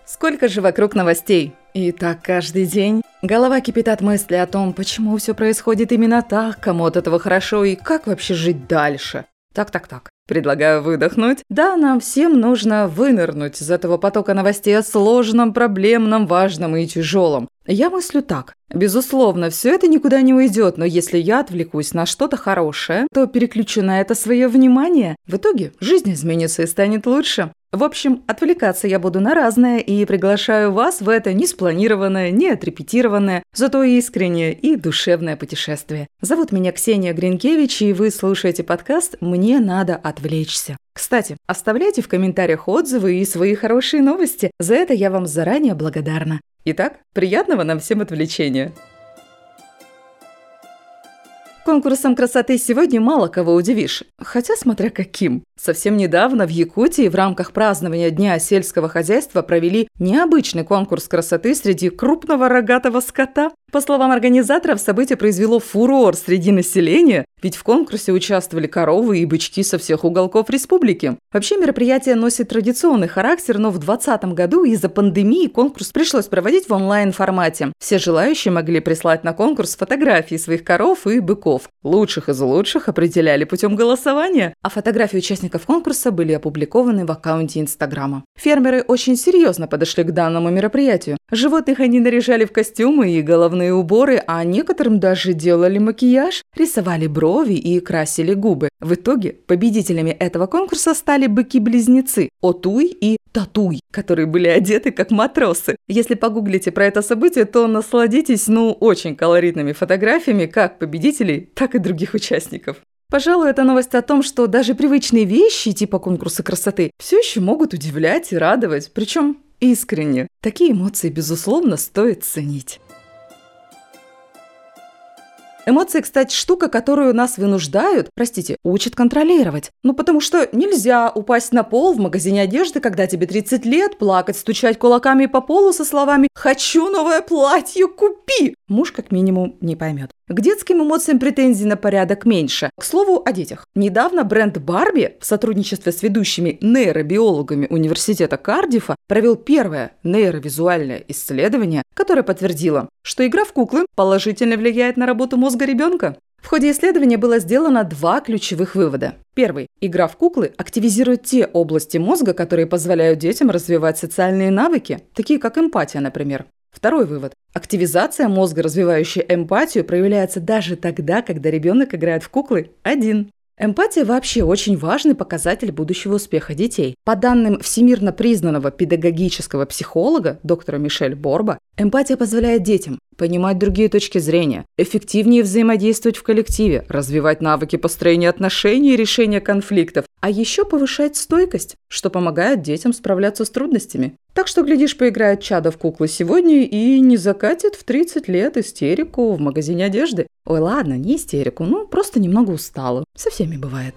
Сколько же вокруг новостей? И так каждый день. Голова кипит от мысли о том, почему все происходит именно так, кому от этого хорошо и как вообще жить дальше. Так. Предлагаю выдохнуть. Да, нам всем нужно вынырнуть из этого потока новостей о сложном, проблемном, важном и тяжелом. Я мыслю так. Безусловно, все это никуда не уйдет, но если я отвлекусь на что-то хорошее, то переключу на это свое внимание. В итоге жизнь изменится и станет лучше. В общем, отвлекаться я буду на разное и приглашаю вас в это неспланированное, не отрепетированное, зато искреннее и душевное путешествие. Зовут меня Ксения Гринкевич, и вы слушаете подкаст «Мне надо отвлечься». Кстати, оставляйте в комментариях отзывы и свои хорошие новости. За это я вам заранее благодарна. Итак, приятного нам всем отвлечения. Конкурсом красоты сегодня мало кого удивишь, хотя смотря каким. Совсем недавно в Якутии в рамках празднования Дня сельского хозяйства провели необычный конкурс красоты среди крупного рогатого скота. По словам организаторов, событие произвело фурор среди населения, ведь в конкурсе участвовали коровы и бычки со всех уголков республики. Вообще мероприятие носит традиционный характер, но в 2020 году из-за пандемии конкурс пришлось проводить в онлайн-формате. Все желающие могли прислать на конкурс фотографии своих коров и быков. Лучших из лучших определяли путем голосования, а фотографии участников конкурса были опубликованы в аккаунте Инстаграма. Фермеры очень серьезно подошли к данному мероприятию. Животных они наряжали в костюмы и головные уборы, а некоторым даже делали макияж, рисовали брови и красили губы. В итоге победителями этого конкурса стали быки-близнецы Отуй и Татуй, которые были одеты как матросы. Если погуглите про это событие, то насладитесь, очень колоритными фотографиями как победителей, так и других участников. Пожалуй, это новость о том, что даже привычные вещи типа конкурса красоты все еще могут удивлять и радовать, причем искренне. Такие эмоции, безусловно, стоит ценить. Эмоции, кстати, штука, которую нас учат контролировать. Потому что нельзя упасть на пол в магазине одежды, когда тебе 30 лет, плакать, стучать кулаками по полу со словами «Хочу новое платье, купи!» Муж как минимум не поймет. К детским эмоциям претензий на порядок меньше. К слову о детях. Недавно бренд Барби в сотрудничестве с ведущими нейробиологами университета Кардифа провел первое нейровизуальное исследование, которое подтвердило, что игра в куклы положительно влияет на работу мозга ребенка. В ходе исследования было сделано 2 ключевых вывода. Первый. Игра в куклы активизирует те области мозга, которые позволяют детям развивать социальные навыки, такие как эмпатия, например. Второй вывод. Активизация мозга, развивающая эмпатию, проявляется даже тогда, когда ребенок играет в куклы один. Эмпатия вообще очень важный показатель будущего успеха детей. По данным всемирно признанного педагогического психолога доктора Мишель Борба, эмпатия позволяет детям понимать другие точки зрения, эффективнее взаимодействовать в коллективе, развивать навыки построения отношений и решения конфликтов, а еще повышать стойкость, что помогает детям справляться с трудностями. Так что, глядишь, поиграет чадо в куклы сегодня и не закатит в 30 лет истерику в магазине одежды. Ой, ладно, не истерику, просто немного устала. Со всеми бывает.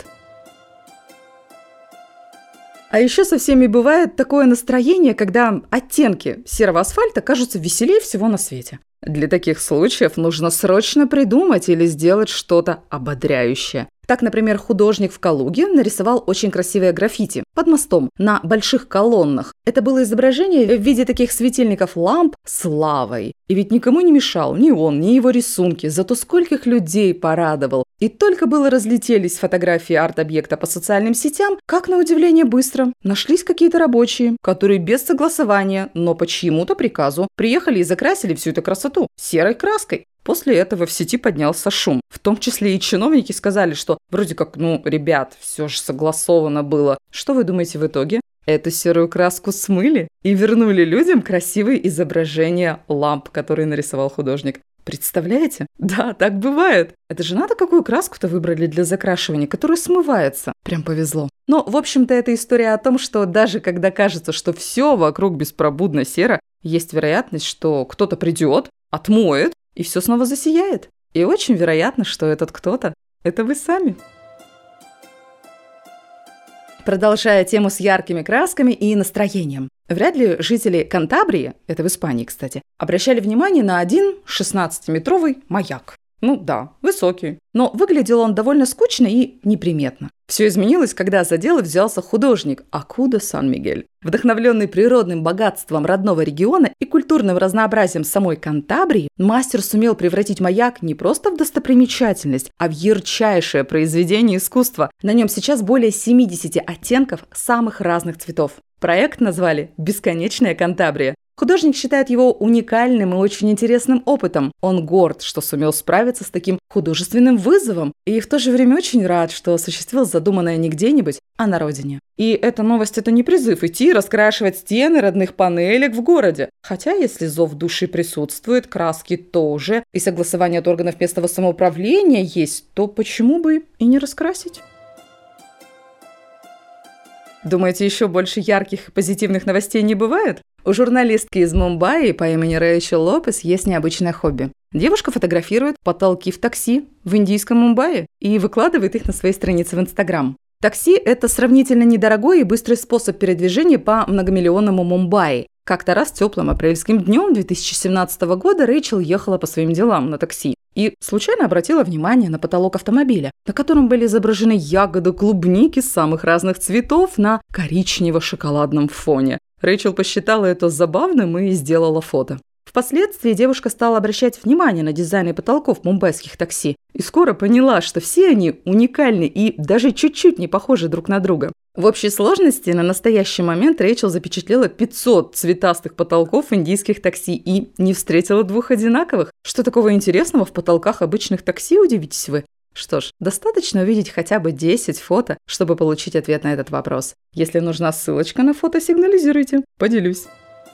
А еще со всеми бывает такое настроение, когда оттенки серого асфальта кажутся веселее всего на свете. Для таких случаев нужно срочно придумать или сделать что-то ободряющее. Так, например, художник в Калуге нарисовал очень красивое граффити под мостом на больших колоннах. Это было изображение в виде таких светильников ламп с лавой. И ведь никому не мешал ни он, ни его рисунки, зато скольких людей порадовал. И только было разлетелись фотографии арт-объекта по социальным сетям, как на удивление быстро нашлись какие-то рабочие, которые без согласования, но по чьему-то приказу приехали и закрасили всю эту красоту серой краской. После этого в сети поднялся шум. В том числе и чиновники сказали, что вроде как, ребят, все же согласовано было. Что вы думаете в итоге? Эту серую краску смыли и вернули людям красивые изображения ламп, которые нарисовал художник. Представляете? Да, так бывает. Это же надо какую краску-то выбрали для закрашивания, которая смывается. Прям повезло. Но, в общем-то, это история о том, что даже когда кажется, что все вокруг беспробудно серо, есть вероятность, что кто-то придет, отмоет, и все снова засияет. И очень вероятно, что этот кто-то – это вы сами. Продолжая тему с яркими красками и настроением. Вряд ли жители Кантабрии, это в Испании, кстати, обращали внимание на один 16-метровый маяк. Ну да, высокий. Но выглядел он довольно скучно и неприметно. Все изменилось, когда за дело взялся художник Акуда Сан-Мигель. Вдохновленный природным богатством родного региона и культурным разнообразием самой Кантабрии, мастер сумел превратить маяк не просто в достопримечательность, а в ярчайшее произведение искусства. На нем сейчас более 70 оттенков самых разных цветов. Проект назвали «Бесконечная Кантабрия». Художник считает его уникальным и очень интересным опытом. Он горд, что сумел справиться с таким художественным вызовом, и в то же время очень рад, что осуществил задуманное не где-нибудь, а на родине. И эта новость – это не призыв идти раскрашивать стены родных панелек в городе. Хотя, если зов души присутствует, краски тоже, и согласование от органов местного самоуправления есть, то почему бы и не раскрасить? Думаете, еще больше ярких и позитивных новостей не бывает? У журналистки из Мумбаи по имени Рэйчел Лопес есть необычное хобби. Девушка фотографирует потолки в такси в индийском Мумбаи и выкладывает их на своей странице в Инстаграм. Такси – это сравнительно недорогой и быстрый способ передвижения по многомиллионному Мумбаи. Как-то раз теплым апрельским днем 2017 года Рэйчел ехала по своим делам на такси и случайно обратила внимание на потолок автомобиля, на котором были изображены ягоды клубники самых разных цветов на коричнево-шоколадном фоне. Рэйчел посчитала это забавным и сделала фото. Впоследствии девушка стала обращать внимание на дизайны потолков мумбайских такси и скоро поняла, что все они уникальны и даже чуть-чуть не похожи друг на друга. В общей сложности на настоящий момент Рэйчел запечатлела 500 цветастых потолков индийских такси и не встретила двух одинаковых. Что такого интересного в потолках обычных такси, удивитесь вы? Что ж, достаточно увидеть хотя бы 10 фото, чтобы получить ответ на этот вопрос. Если нужна ссылочка на фото, сигнализируйте. Поделюсь.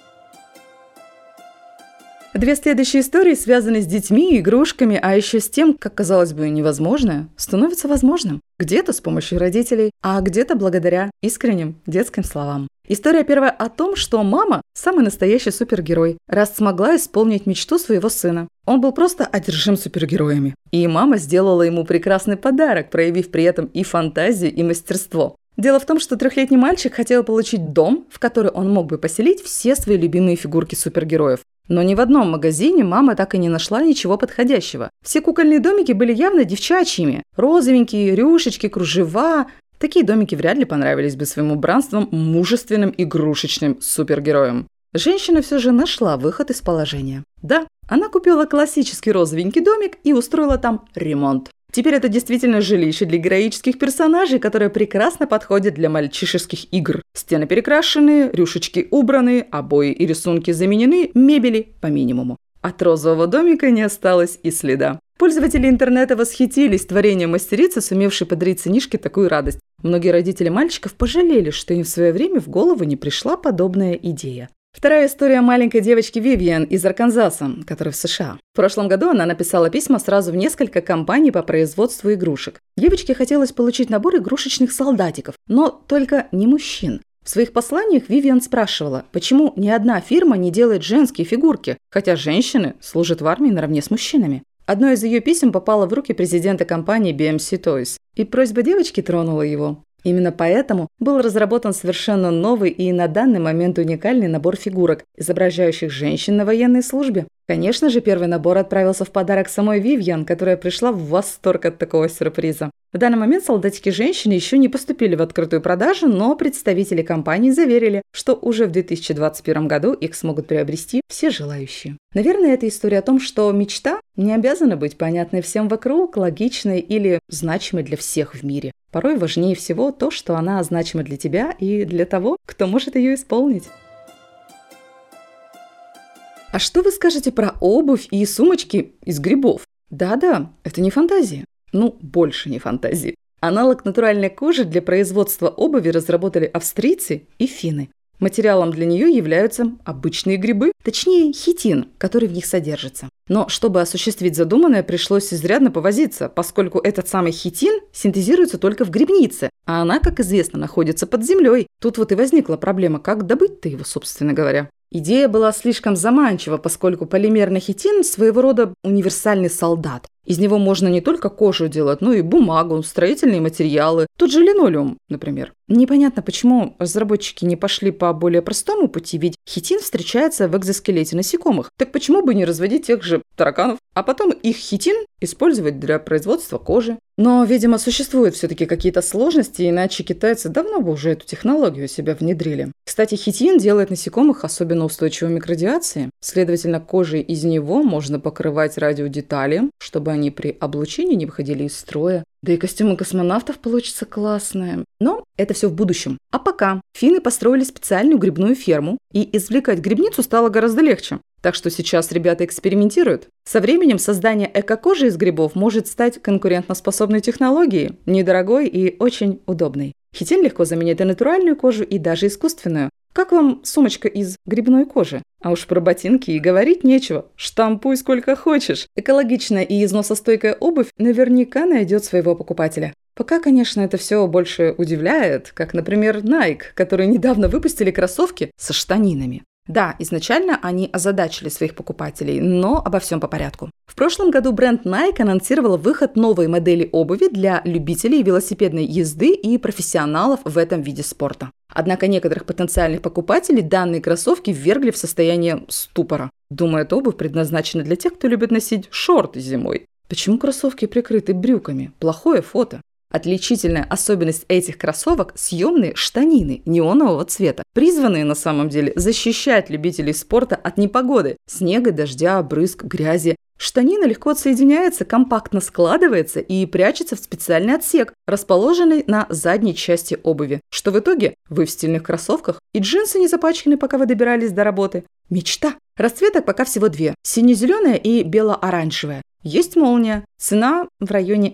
Две следующие истории связаны с детьми, игрушками, а еще с тем, как, казалось бы, невозможное становится возможным. Где-то с помощью родителей, а где-то благодаря искренним детским словам. История первая о том, что мама – самый настоящий супергерой, раз смогла исполнить мечту своего сына. Он был просто одержим супергероями. И мама сделала ему прекрасный подарок, проявив при этом и фантазию, и мастерство. Дело в том, что 3-летний мальчик хотел получить дом, в который он мог бы поселить все свои любимые фигурки супергероев. Но ни в одном магазине мама так и не нашла ничего подходящего. Все кукольные домики были явно девчачьими. Розовенькие, рюшечки, кружева. Такие домики вряд ли понравились бы своим убранством мужественным игрушечным супергероям. Женщина все же нашла выход из положения. Да, она купила классический розовенький домик и устроила там ремонт. Теперь это действительно жилище для героических персонажей, которое прекрасно подходит для мальчишеских игр. Стены перекрашены, рюшечки убраны, обои и рисунки заменены, мебели по минимуму. От розового домика не осталось и следа. Пользователи интернета восхитились творением мастерицы, сумевшей подарить сынишке такую радость. Многие родители мальчиков пожалели, что им в свое время в голову не пришла подобная идея. Вторая история маленькой девочки Вивиан из Арканзаса, которая в США. В прошлом году она написала письма сразу в несколько компаний по производству игрушек. Девочке хотелось получить набор игрушечных солдатиков, но только не мужчин. В своих посланиях Вивиан спрашивала, почему ни одна фирма не делает женские фигурки, хотя женщины служат в армии наравне с мужчинами. Одно из ее писем попало в руки президента компании BMC Toys, и просьба девочки тронула его. Именно поэтому был разработан совершенно новый и на данный момент уникальный набор фигурок, изображающих женщин на военной службе. Конечно же, первый набор отправился в подарок самой Вивьен, которая пришла в восторг от такого сюрприза. В данный момент солдатики женщины еще не поступили в открытую продажу, но представители компании заверили, что уже в 2021 году их смогут приобрести все желающие. Наверное, это история о том, что мечта не обязана быть понятной всем вокруг, логичной или значимой для всех в мире. Порой важнее всего то, что она значима для тебя и для того, кто может ее исполнить. А что вы скажете про обувь и сумочки из грибов? Да-да, это не фантазия. Ну, больше не фантазии. Аналог натуральной кожи для производства обуви разработали австрийцы и финны. Материалом для нее являются обычные грибы, точнее хитин, который в них содержится. Но чтобы осуществить задуманное, пришлось изрядно повозиться, поскольку этот самый хитин синтезируется только в грибнице, а она, как известно, находится под землей. Тут вот и возникла проблема, как добыть-то его, собственно говоря. Идея была слишком заманчива, поскольку полимерный хитин – своего рода универсальный солдат. Из него можно не только кожу делать, но и бумагу, строительные материалы, тот же линолеум, например. Непонятно, почему разработчики не пошли по более простому пути, ведь хитин встречается в экзоскелете насекомых. Так почему бы не разводить тех же тараканов, а потом их хитин использовать для производства кожи? Но, видимо, существуют все-таки какие-то сложности, иначе китайцы давно бы уже эту технологию у себя внедрили. Кстати, хитин делает насекомых особенно устойчивыми к радиации. Следовательно, кожей из него можно покрывать радиодетали, чтобы они при облучении не выходили из строя. Да и костюмы космонавтов получатся классные. Но это все в будущем. А пока финны построили специальную грибную ферму, и извлекать грибницу стало гораздо легче. Так что сейчас ребята экспериментируют. Со временем создание эко-кожи из грибов может стать конкурентоспособной технологией, недорогой и очень удобной. Хитин легко заменяет и натуральную кожу, и даже искусственную. Как вам сумочка из грибной кожи? А уж про ботинки и говорить нечего. Штампуй сколько хочешь. Экологичная и износостойкая обувь наверняка найдет своего покупателя. Пока, конечно, это все больше удивляет, как, например, Nike, которые недавно выпустили кроссовки со штанинами. Да, изначально они озадачили своих покупателей, но обо всем по порядку. В прошлом году бренд Nike анонсировал выход новой модели обуви для любителей велосипедной езды и профессионалов в этом виде спорта. Однако некоторых потенциальных покупателей данные кроссовки ввергли в состояние ступора. Думают, обувь предназначена для тех, кто любит носить шорты зимой. Почему кроссовки прикрыты брюками? Плохое фото. Отличительная особенность этих кроссовок – съемные штанины неонового цвета, призванные на самом деле защищать любителей спорта от непогоды – снега, дождя, брызг, грязи. Штанина легко отсоединяется, компактно складывается и прячется в специальный отсек, расположенный на задней части обуви. Что в итоге? Вы в стильных кроссовках, и джинсы не запачканы, пока вы добирались до работы. Мечта! Расцветок пока всего две – сине-зеленая и бело-оранжевая. Есть молния. Цена в районе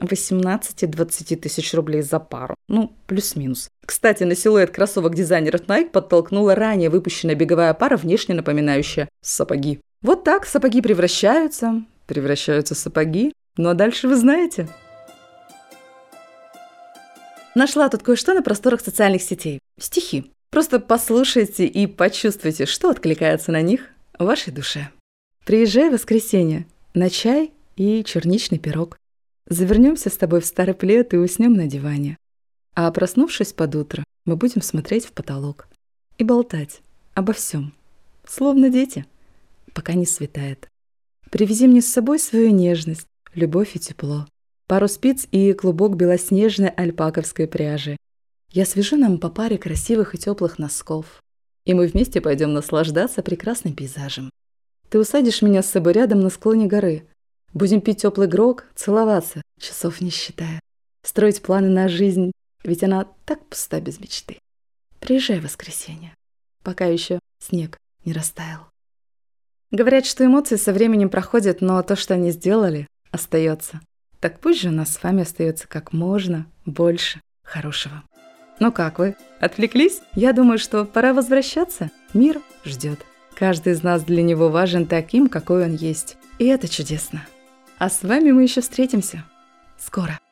18-20 тысяч рублей за пару. Ну, плюс-минус. Кстати, на силуэт кроссовок дизайнеров Nike подтолкнула ранее выпущенная беговая пара, внешне напоминающая сапоги. Вот так сапоги превращаются сапоги. Ну а дальше вы знаете. Нашла тут кое-что на просторах социальных сетей. Стихи. Просто послушайте и почувствуйте, что откликается на них в вашей душе. Приезжай в воскресенье на чай и черничный пирог. Завернемся с тобой в старый плед и уснем на диване. А проснувшись под утро, мы будем смотреть в потолок и болтать обо всем, словно дети, пока не светает. Привези мне с собой свою нежность, любовь и тепло, пару спиц и клубок белоснежной альпаковской пряжи. Я свяжу нам по паре красивых и теплых носков, и мы вместе пойдем наслаждаться прекрасным пейзажем. Ты усадишь меня с собой рядом на склоне горы. Будем пить теплый грог, целоваться, часов не считая. Строить планы на жизнь, ведь она так пуста без мечты. Приезжай в воскресенье, пока еще снег не растаял. Говорят, что эмоции со временем проходят, но то, что они сделали, остается. Так пусть же у нас с вами остается как можно больше хорошего. Ну как вы, отвлеклись? Я думаю, что пора возвращаться. Мир ждет. Каждый из нас для него важен таким, какой он есть. И это чудесно. А с вами мы еще встретимся. Скоро.